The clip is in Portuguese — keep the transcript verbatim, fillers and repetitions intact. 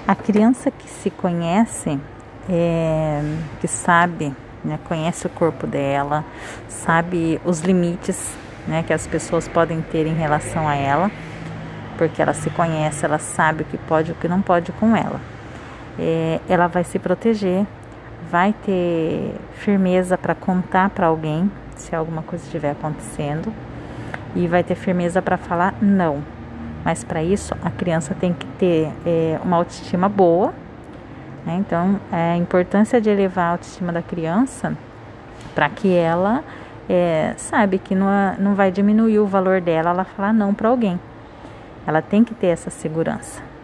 A criança que se conhece, é, que sabe, né, conhece o corpo dela, sabe os limites, né, que as pessoas podem ter em relação a ela, porque ela se conhece, ela sabe o que pode e o que não pode com ela. É, ela vai se proteger, vai ter firmeza para contar para alguém se alguma coisa estiver acontecendo e vai ter firmeza para falar não. Mas para isso a criança tem que ter é, uma autoestima boa, né? Então é, a importância de elevar a autoestima da criança para que ela é, sabe que não, não vai diminuir o valor dela ela falar não para alguém. Ela tem que ter essa segurança.